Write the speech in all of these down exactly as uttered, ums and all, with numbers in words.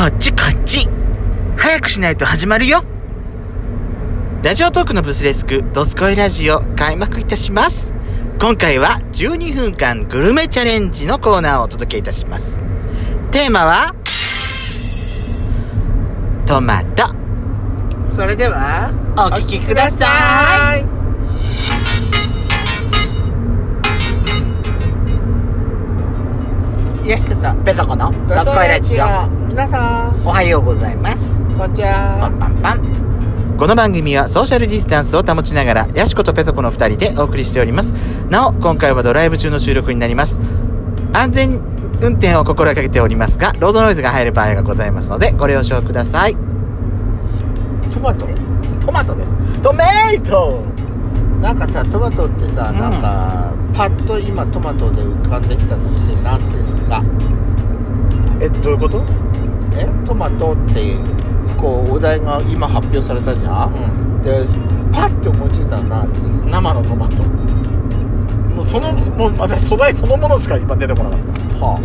っちこっち。早くしないと始まるよ。ラジオトークのブスレスクドスコイラジオ開幕いたします。今回はじゅうにふんかんグルメチャレンジのコーナーをお届けいたします。テーマはトマト。 それではお聞きください。 よしことペソコのドスコイラジオ。 皆さんおはようございます。 こんにちパは。 ンパンパン。この番組はソーシャルディスタンスを保ちながらヤシコとペソコのふたりでお送りしております。なお今回はドライブ中の収録になります。安全運転を心がけておりますがロードノイズが入る場合がございますのでご了承ください。 トマトトマトです。トメイト。 なんかさ、トマトってさ、 うんなんかパッと今トマトで浮かんできたのって何ですか？ えどういうこと？ えトマトってこうお題が今発表されたじゃん、 うん、 でパッて思いついたのは何？ 生のトマト。もうそのもう私素材そのものしか今出てこなかった。 は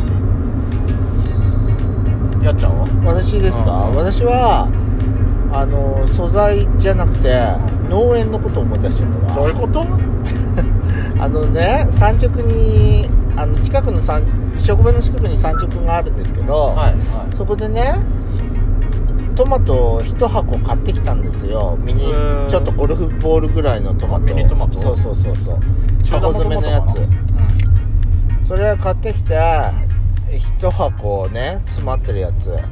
やっちゃんは？ あ、私ですか、 うん、 私はあの素材じゃなくて農園のことを思い出してるのが、 どういうこと？ あのね、産直にあの近くの産職場の近くに産直があるんですけど、 はいはい、 そこでねトマトいち箱買ってきたんですよ。ミニちょっとゴルフボールぐらいのトマト。 ミニトマト？ そうそうそうそう、箱詰めのやつ、うん、それ買ってきていち箱ね詰まってるやつ、 はい、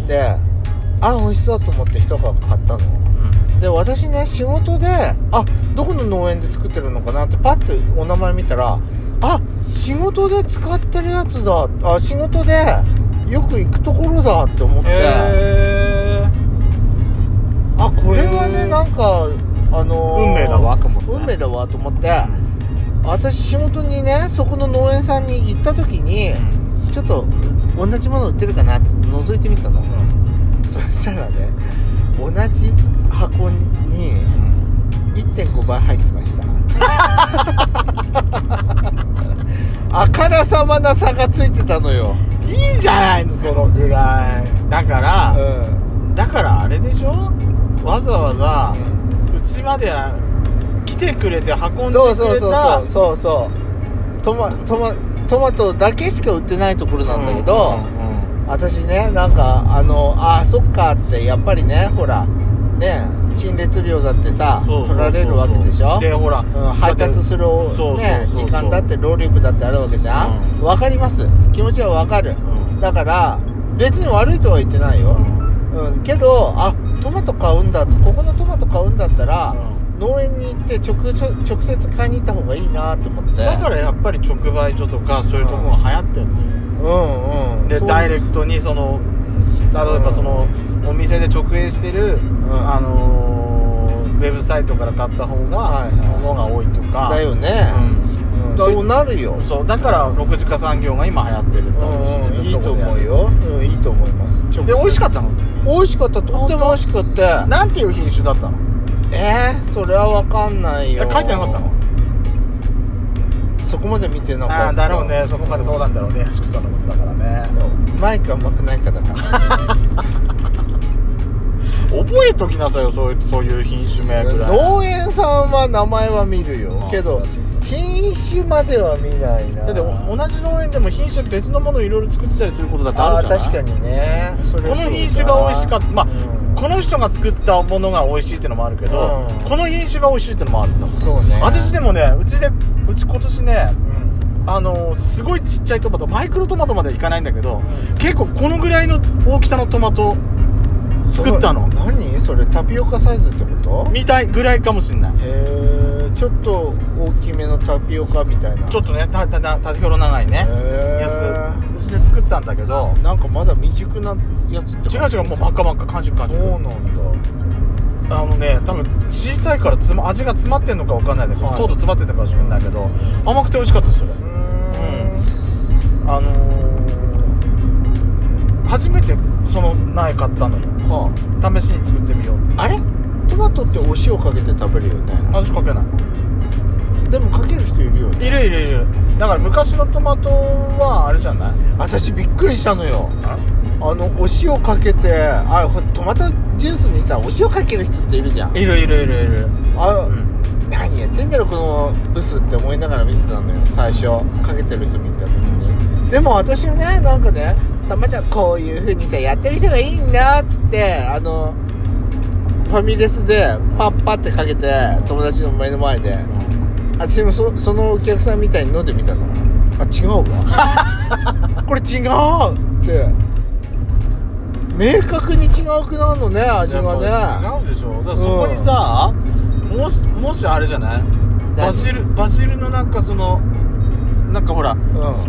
であ美味しそうと思っていち箱買ったの、うん、で私ね仕事であどこの農園で作ってるのかなってパッてお名前見たらあ仕事で使ってるやつだ、あ仕事でよく行くところだって思って、 えー、あこれはねなんかあのー、 運命だわと思って運命だわと思って、うん、私仕事にねそこの農園さんに行った時に、うん、ちょっと同じもの売ってるかなって覗いてみたの、うん、そしたらね同じ箱に いってんご 倍入ってましたあからさまな差がついてたのよ。 いいじゃないのそのぐらいだから、うん、だからあれでしょ、わざわざうち、うん、まで来てくれて運んでくれた。 そうそうそうそうそうそうトマ、トマ、トマトだけしか売ってないところなんだけど、うんうんうん、私ねなんかあのあそっかってやっぱりねほらね陳列料だってさそうそうそうそう取られるわけでしょ。 でほら、 うん、配達するそうそうそうね時間だって労力だってあるわけじゃん、うん、分かります、気持ちは分かる、うん、だから別に悪いとは言ってないよ、うんうん、けどあトマト買うんだここのトマト買うんだったら、うん、農園に行って 直, 直接買いに行った方がいいなと思って。 だからやっぱり直売所とかそういうところが流行ってるのよ、 うんうん、 でダイレクトにその例えばその、うん、お店で直営してる、うん、あのー、ウェブサイトから買った方が物が多いとか、 はいはい、だよね、うんうん、そうなるよ。 そうだからろくじか産業が今流行ってると思うし、 うん、いいと思うよ、うん、いいと思います。 で美味しかったの？ 美味しかった、とっても美味しかった。 なんていう品種だったの？ えー、それは分かんないよ。 書いてなかったの？ そこまで見てなかった。 ああだろうね、そこまでそうなんだろうね、しくさんのことだからね。 マイクはうまくないかだから覚えときなさいよ、そういう、そういう品種名ぐらい。 農園さんは名前は見るよ、けど品種までは見ないな。 だって同じ農園でも品種別のものをいろいろ作ってたりすることだってあるじゃない。 あ確かにね、それこの品種が美味しかった、まあ、うん、この人が作ったものが美味しいってのもあるけど、うん、この品種が美味しいってのもあるんだもん。 そうね。 私でもね、うちでうち今年ね、うん、あのすごいちっちゃいトマト、マイクロトマトまでいかないんだけど、うん、結構このぐらいの大きさのトマト作ったの。 何それ、タピオカサイズってこと？ みたいぐらいかもしれない。 へえ、ちょっと大きめのタピオカみたいな。 ちょっとね、たたた縦広長いねやつうちで作ったんだけど、 なんかまだ未熟なやつって。 違う違う、もう真っ赤真っ赤、完熟完熟。 そうなんだ。 あのね、多分小さいからつ、ま、味が詰まってんのか分かんないんだけど、はい、糖度詰まってたかもしれないけど、甘くて美味しかったですよね。うん、あのー、初めてその苗買ったのよ、はあ、試しに作ってみよう。 あれトマトってお塩かけて食べるよね。 味かけない。 でもかける人いるよね。 いるいるいる。だから昔のトマトはあれじゃない？ 私びっくりしたのよ。 あのお塩かけて、あトマトジュースにさお塩かける人っているじゃん。 いるいるいるいる。 あ、うん、何やってんだろこのブスって思いながら見てたのよ最初かけてる人見た時に。でも私もねなんかねたまたまこういう風にさやってる人がいいんだっつってあのファミレスでパッパってかけて友達の目の前で、私も そ, そのお客さんみたいに飲んでみたの。あ違うわこれ違うって明確に違うくなるのね味がね。 違うでしょ。だからそこにさ、うん、もしもしあれじゃないバジルバジルのなんかそのなんかほら、うん、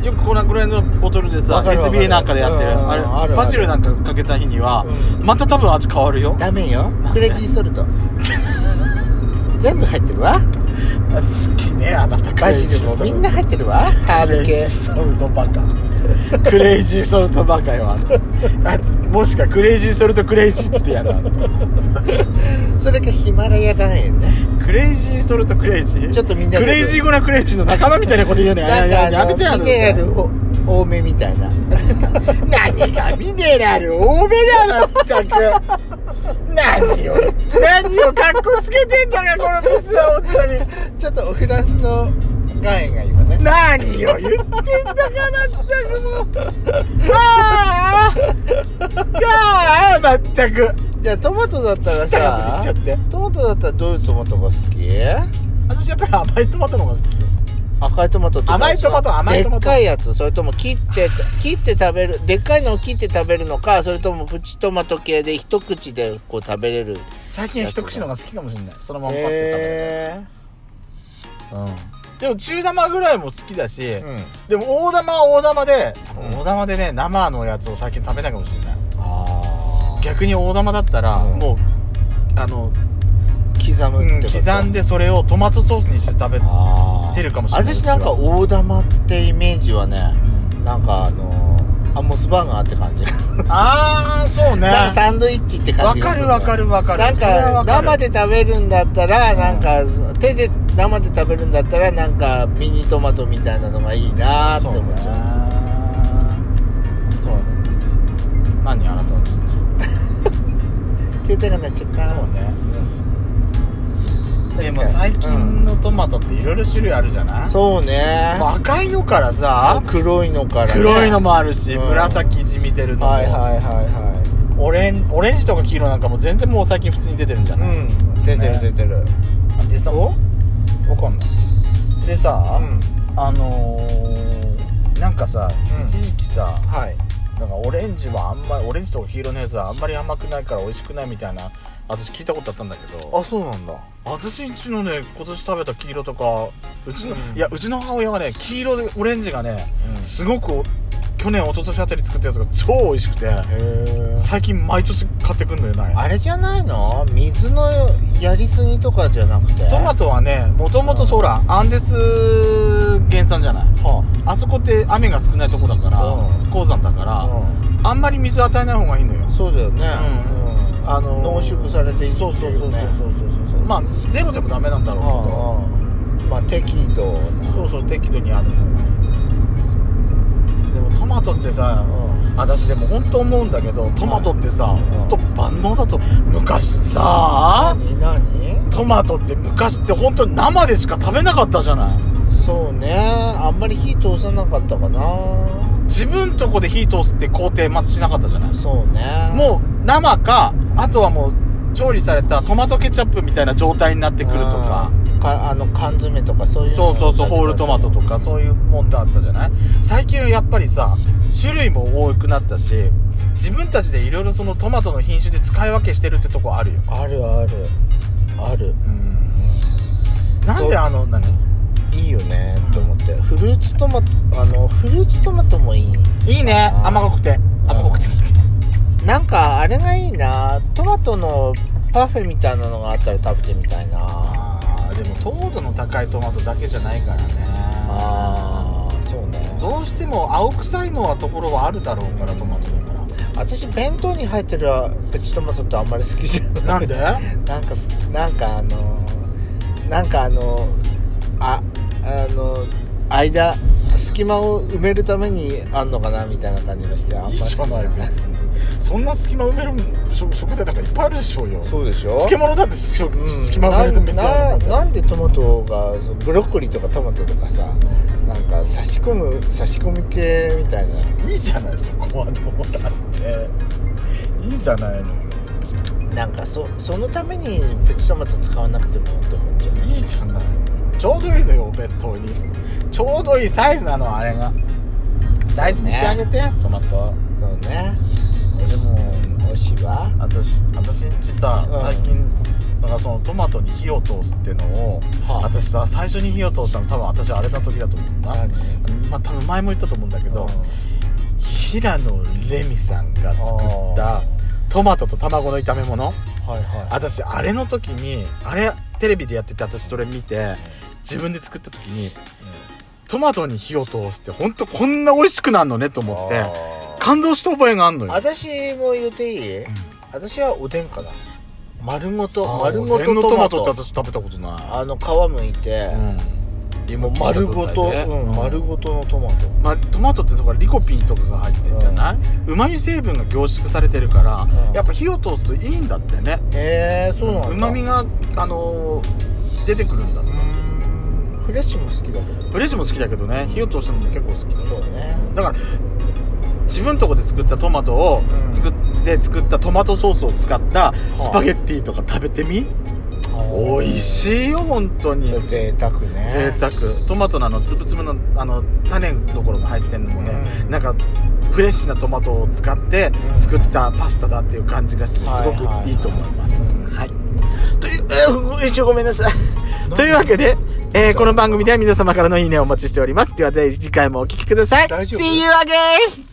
よくこのぐらいのボトルでさ エスビーエー なんかでやってる、うん、あれあるバジルなんかかけた日には、うん、また多分味変わるよ。 ダメよクレイジーソルト全部入ってるわ。 好きねあなたバジルもみんな入ってるわ。ハーブ系クレイジーソルトバカクレイジーソルトバカよあもしかクレイジーソルトクレイジーってやるそれかヒマラヤ岩塩ね。 クレイジーソルトクレイジーちょっとみんなクレイジーゴなクレイジーの仲間みたいなこと言うね。 なんかやめてやミネラル多めみたいな何がミネラル多めだまったく何を何をカッコつけてんだかこのブスは本当にちょっとフランスの岩塩が今ね何を言ってんだかまったくもうああああまったく。 じゃあトマトだったらさトマトだったらどういうトマトが好き？ 私やっぱり甘いトマトの方が好きよ。 赤いトマトってか甘いトマト甘いトマトでっかいやつそれとも切って切って食べるでっかいのを切って食べるのかそれともプチトマト系で一口でこう食べれる。 最近は一口の方が好きかもしれない。そのままパッて食べる、えー、うんでも中玉ぐらいも好きだし、うん、でも大玉は大玉で、うん、大玉でね生のやつを最近食べないかもしれない。あ逆に大玉だったら、うん、もうあの刻むってこと、 うん、刻んでそれをトマトソースにして食べてるかもしれない。 私なんか大玉ってイメージはね、うん、なんかあのー、アモスバーガーって感じああそうねなんかサンドイッチって感じがする、ね、 わかるわかるわかる。 なんか生で食べるんだったらなんか、うん、手で生で食べるんだったらなんかミニトマトみたいなのがいいなって思っちゃう。 そうね。何あなたのチンチン携帯が鳴っちゃった。 そうね、うん、でも最近のトマトっていろいろ種類あるじゃない、うん、 そうね。 赤いのからさ黒いのからね黒いのもあるし、うん、紫じみてるのもはいはいはいはいオレン、オレンジとか黄色なんかも全然もう最近普通に出てるんじゃない、うん、 出てる出てる、ね、 でさわかんないでさ、うん、あのー、なんかさ、うん、一時期さ、はい、なんかオレンジはあんまりオレンジとか黄色のやつはあんまり甘くないから美味しくないみたいな私聞いたことあったんだけど。 あ、そうなんだ。 私んちのね今年食べた黄色とかうちの、うん、いやうちの母親がね黄色でオレンジがね、うん、すごく去年一昨年あたり作ったやつが超美味しくてへ最近毎年買ってくるのよ。ないあれじゃないの水のやりすぎとかじゃなくてトマトはねもともとほらアンデス原産じゃない、はあ、あそこって雨が少ないとこだから、うん、鉱山だから、うん、あんまり水与えない方がいいのよ。 そうだよね、 うんうん、あのー、 濃縮されているっていう、ね、 そうそうそうそうそうそうまあゼロでもダメなんだろうけど、はあ、まあ適度そうそう適度にあるのでもトマトってさ、うん、私でも本当思うんだけどトマトってさ、はい、本当万能だと昔さ何何トマトって昔って本当に生でしか食べなかったじゃない。 そうねあんまり火通さなかったかな。 自分とこで火通すって工程まずしなかったじゃない。 そうねもう生かあとはもう調理されたトマトケチャップみたいな状態になってくるとかかあの缶詰とかそういうそうそうそうホールトマトとかそういうもんだったじゃない。最近はやっぱりさ種類も多くなったし自分たちでいろいろそのトマトの品種で使い分けしてるってとこあるよ。 あるあるあるうんなんであの何いいよねと思って、うん、フルーツトマトあのフルーツトマトもいいいいね甘くて甘くてってなんかあれがいいなトマトのパフェみたいなのがあったら食べてみたいな。 あでも糖度の高いトマトだけじゃないからね。 ああそうねどうしても青臭いのはところはあるだろうからトマトだから私弁当に入ってるプチトマトってあんまり好きじゃない。 なんでなんかなんかあのなんかあのああの間隙間を埋めるためにあんのかなみたいな感じがしてあんまりいいじゃない別にそんな隙間埋める食食材なんかいっぱいあるでしょうよ。 そうでしょ。 漬物だって隙間埋めるとめっちゃあるななんでトマトがブロッコリーとかトマトとかさ、なんか差し込む差し込み系みたいな。 いいじゃないそこはどうだっていいじゃないの。 なんか そ, そのためにプチトマト使わなくてもって思っちゃう。 いいじゃないちょうどいいのよお弁当にちょうどいいサイズなのあれが大事にしてあげて、ね、トマト。 そうね。 でも美味しいわ。 私私んちさ、うん、最近なんかそのトマトに火を通すっていうのを、はあ、私さ最初に火を通したの多分私あれの時だと思うな。まあ多分前も言ったと思うんだけど、うん、平野レミさんが作ったトマトと卵の炒め物、はいはい、私あれの時にあれテレビでやってて私それ見て自分で作った時に、うん、トマトに火を通して本当こんな美味しくなるのねと思って感動した覚えがあるのよ。 私も言っていい、うん、私はおでんかな。丸ごと丸ごとトマト。トマトって私食べたことない。 あの皮むいて、うん、もう丸ごと、うんうん、丸ごとのトマト、 まあ、トマトってとかリコピンとかが入ってるじゃない、うまみ成分が凝縮されてるから、うん、やっぱ火を通すといいんだってね。 へえー、そうなんだ。 うまみが、あのー、出てくるんだって。 フレッシュも好きだけどフレッシュも好きだけどね、火を通すのも結構好きだ。 そうね。だから自分とこで作ったトマトを作って作ったトマトソースを使ったスパゲッティとか食べてみ、はあ、美味しいよ本当に。 贅沢ね。 贅沢。トマトのあのつぶつぶのあの種のところが入ってるのもね、うん、なんかフレッシュなトマトを使って作ったパスタだっていう感じがしてすごくいいと思います。はい。という、えー、一応ごめんなさい。というわけで。えー、この番組では皆様からのいいねをお待ちしております。では次回もお聞きください。See you again!